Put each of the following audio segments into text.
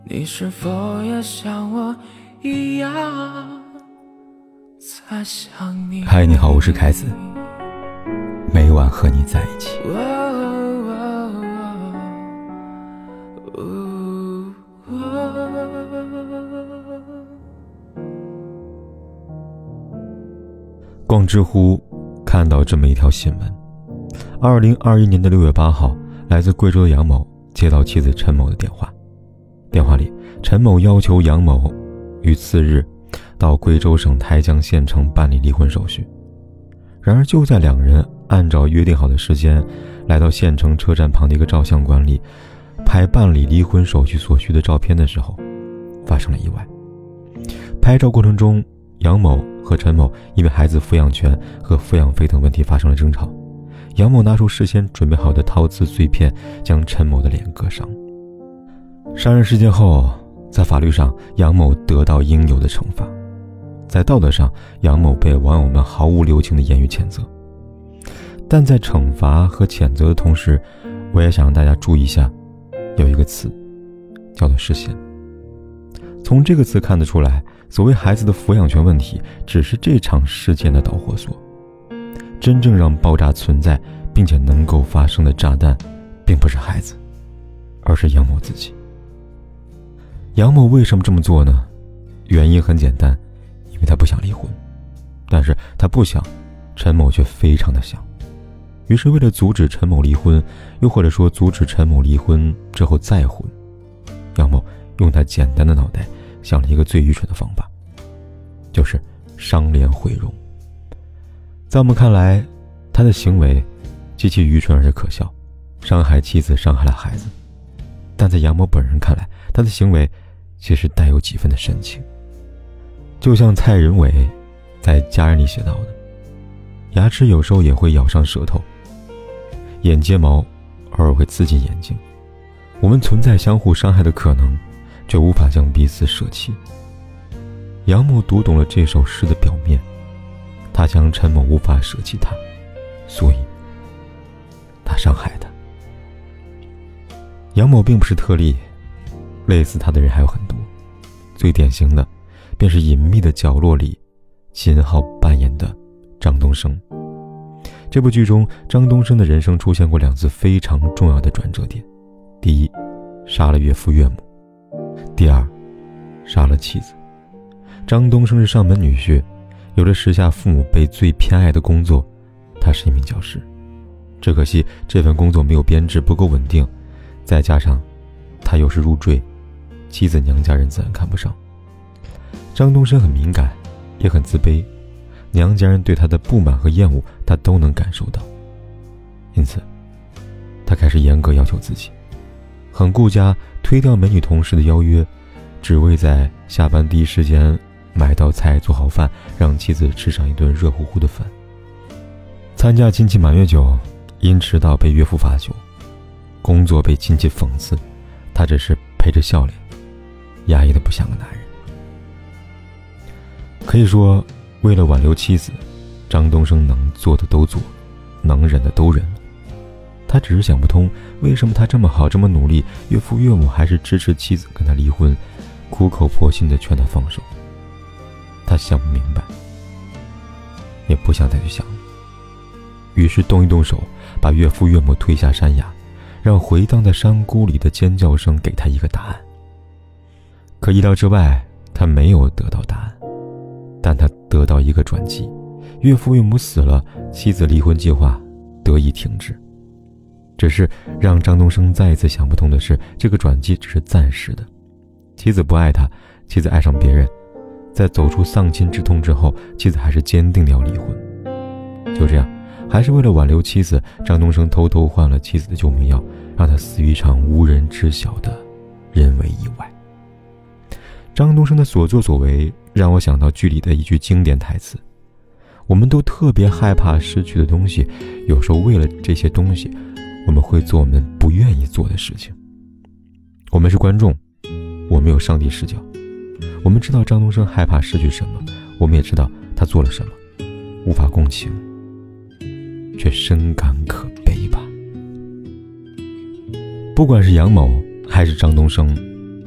你是否也像我一样在想你？ 嗨，你好，我是凯子，每晚和你在一起。逛知乎看到这么一条新闻：2021年6月8号，来自贵州的杨某接到妻子陈某的电话。电话里，陈某要求杨某于次日到贵州省台江县城办理离婚手续。然而就在两人按照约定好的时间来到县城车站旁的一个照相馆里拍办理离婚手续所需的照片的时候，发生了意外。拍照过程中，杨某和陈某因为孩子抚养权和抚养费等问题发生了争吵。杨某拿出事先准备好的陶瓷碎片，将陈某的脸割伤。杀人事件后，在法律上杨某得到应有的惩罚，在道德上杨某被网友们毫无留情的言语谴责。但在惩罚和谴责的同时，我也想让大家注意一下，有一个词叫做视线。从这个词看得出来，所谓孩子的抚养权问题只是这场事件的导火索，真正让爆炸存在并且能够发生的炸弹并不是孩子，而是杨某自己。杨某为什么这么做呢？原因很简单，因为他不想离婚，但是他不想，陈某却非常的想。于是为了阻止陈某离婚，又或者说阻止陈某离婚之后再婚，杨某用他简单的脑袋想了一个最愚蠢的方法，就是伤脸毁容。在我们看来，他的行为极其愚蠢而且可笑，伤害妻子，伤害了孩子。但在杨某本人看来，他的行为其实带有几分的深情。就像蔡仁伟在《家人》里写到的，牙齿有时候也会咬伤舌头，眼睫毛偶尔会刺进眼睛，我们存在相互伤害的可能，却无法将彼此舍弃。杨某读懂了这首诗的表面，他将陈某无法舍弃他，所以他伤害他。杨某并不是特例，类似他的人还有很多，最典型的便是隐秘的角落里秦昊扮演的张东升。这部剧中，张东升的人生出现过2次非常重要的转折点：第一，杀了岳父岳母；第二，杀了妻子。张东升是上门女婿，有着时下父母辈最偏爱的工作，他是一名教师。只可惜这份工作没有编制，不够稳定，再加上他又是入赘，妻子娘家人自然看不上。张东升很敏感，也很自卑，娘家人对他的不满和厌恶他都能感受到，因此他开始严格要求自己，很顾家，推掉美女同事的邀约，只为在下班第一时间买道菜，做好饭，让妻子吃上一顿热乎乎的饭。参加亲戚满月酒，因迟到被岳父罚酒，工作被亲戚讽刺，他只是陪着笑脸，压抑得不像个男人。可以说，为了挽留妻子，张东升能做的都做，能忍的都忍了。他只是想不通，为什么他这么好，这么努力，岳父岳母还是支持妻子跟他离婚，苦口婆心地劝他放手。他想不明白，也不想再去想了。于是动一动手，把岳父岳母推下山崖，让回荡在山谷里的尖叫声给他一个答案。可意料之外，他没有得到答案，但他得到一个转机，岳父岳母死了，妻子离婚计划得以停止。只是让张东升再一次想不通的是，这个转机只是暂时的。妻子不爱他，妻子爱上别人，在走出丧亲之痛之后，妻子还是坚定地要离婚。就这样，还是为了挽留妻子，张东升偷偷换了妻子的救命药，让她死于一场无人知晓的人为意外。张东升的所作所为让我想到剧里的一句经典台词：我们都特别害怕失去的东西，有时候为了这些东西，我们会做我们不愿意做的事情。我们是观众，我们有上帝视角，我们知道张东升害怕失去什么，我们也知道他做了什么，无法共情，却深感可悲吧。不管是杨某还是张东升，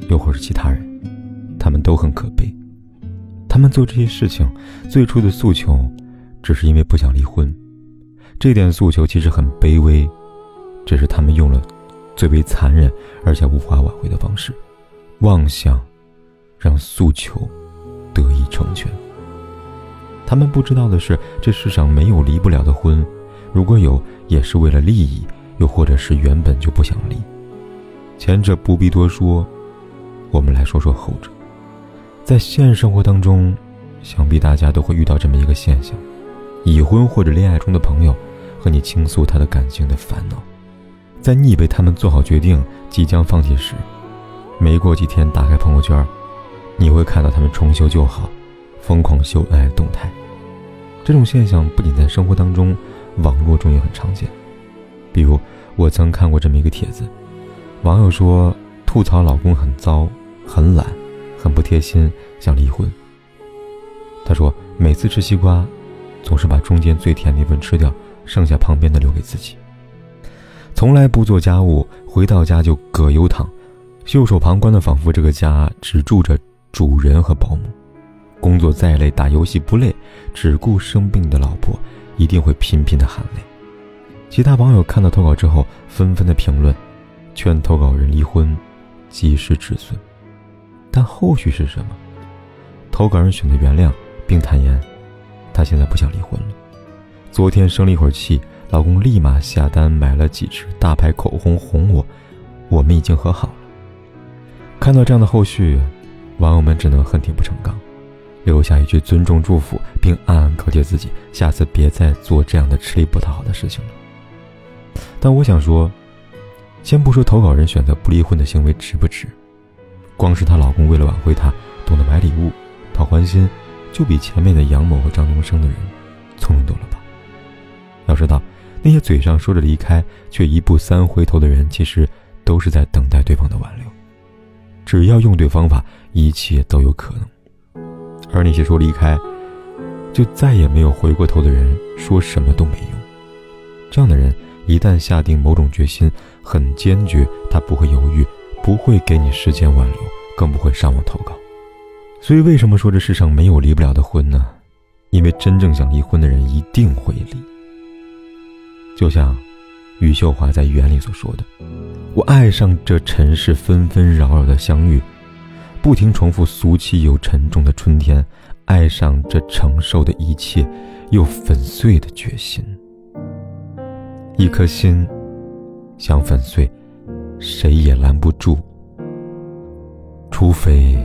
又或是其他人，他们都很可悲。他们做这些事情最初的诉求只是因为不想离婚，这点诉求其实很卑微，只是他们用了最为残忍而且无法挽回的方式，妄想让诉求得以成全。他们不知道的是，这世上没有离不了的婚，如果有，也是为了利益，又或者是原本就不想离。前者不必多说，我们来说说后者。在现实生活当中，想必大家都会遇到这么一个现象，已婚或者恋爱中的朋友和你倾诉他的感情的烦恼，在你以为他们做好决定即将放弃时，没过几天打开朋友圈，你会看到他们重修旧好，疯狂秀恩爱的动态。这种现象不仅在生活当中，网络中也很常见。比如我曾看过这么一个帖子，网友说吐槽老公很糟，很懒，很不贴心，想离婚。他说每次吃西瓜总是把中间最甜的一份吃掉，剩下旁边的留给自己，从来不做家务，回到家就葛优躺，袖手旁观的仿佛这个家只住着主人和保姆。工作再累，打游戏不累，只顾生病的老婆一定会频频的喊累。其他网友看到投稿之后纷纷的评论，劝投稿人离婚，及时止损。但后续是什么？投稿人选择原谅，并坦言他现在不想离婚了。昨天生了一会儿气，老公立马下单买了几支大牌口红哄我们已经和好了。看到这样的后续，网友们只能恨铁不成钢，留下一句尊重祝福，并暗暗告诫自己下次别再做这样的吃力不讨好的事情了。但我想说，先不说投稿人选择不离婚的行为值不值，光是她老公为了挽回她懂得买礼物讨欢心，就比前面的杨某和张东升的人聪明多了吧。要知道，那些嘴上说着离开却一步三回头的人，其实都是在等待对方的挽留。只要用对方法，一切都有可能。而那些说离开就再也没有回过头的人，说什么都没用。这样的人一旦下定某种决心，很坚决，他不会犹豫，不会给你时间挽留，更不会上网投稿。所以为什么说这世上没有离不了的婚呢？因为真正想离婚的人一定会离。就像余秀华在《缘》里所说的，我爱上这尘世纷纷扰扰的相遇，不停重复俗气又沉重的春天，爱上这承受的一切又粉碎的决心。一颗心想粉碎，谁也拦不住，除非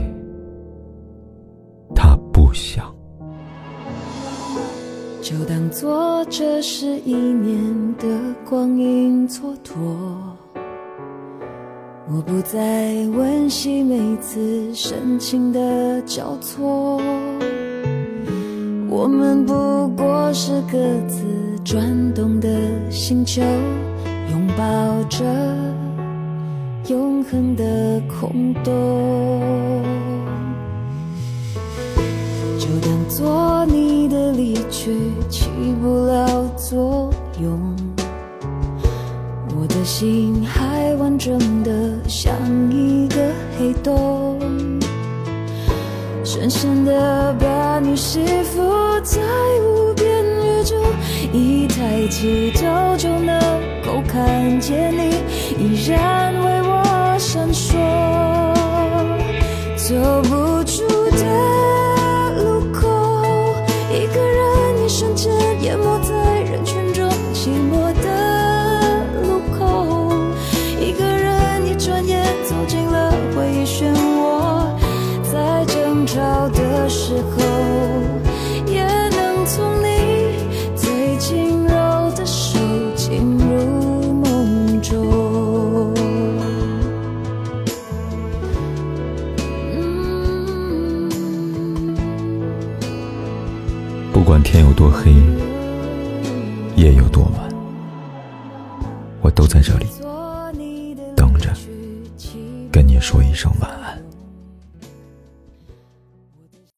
他不想。 就当作这是一年的光阴蹉跎，我不再温习每次深情的交错，我们不过是各自转动的星球，拥抱着永恒的空洞。就当作你的离去起不了作用，我的心还完整的像一个黑洞，深深的把你吸附在无边宇宙，一抬起头就能够看见你，依然为我闪烁。走不出的路口，一个人一瞬间淹没在人群中，寂寞的路口，一个人一转眼走进了回忆漩涡，在争吵的时候也能从你最轻柔的手进入梦中。 不管天有多黑，夜有多晚，我都在这里等着跟你说一声晚安。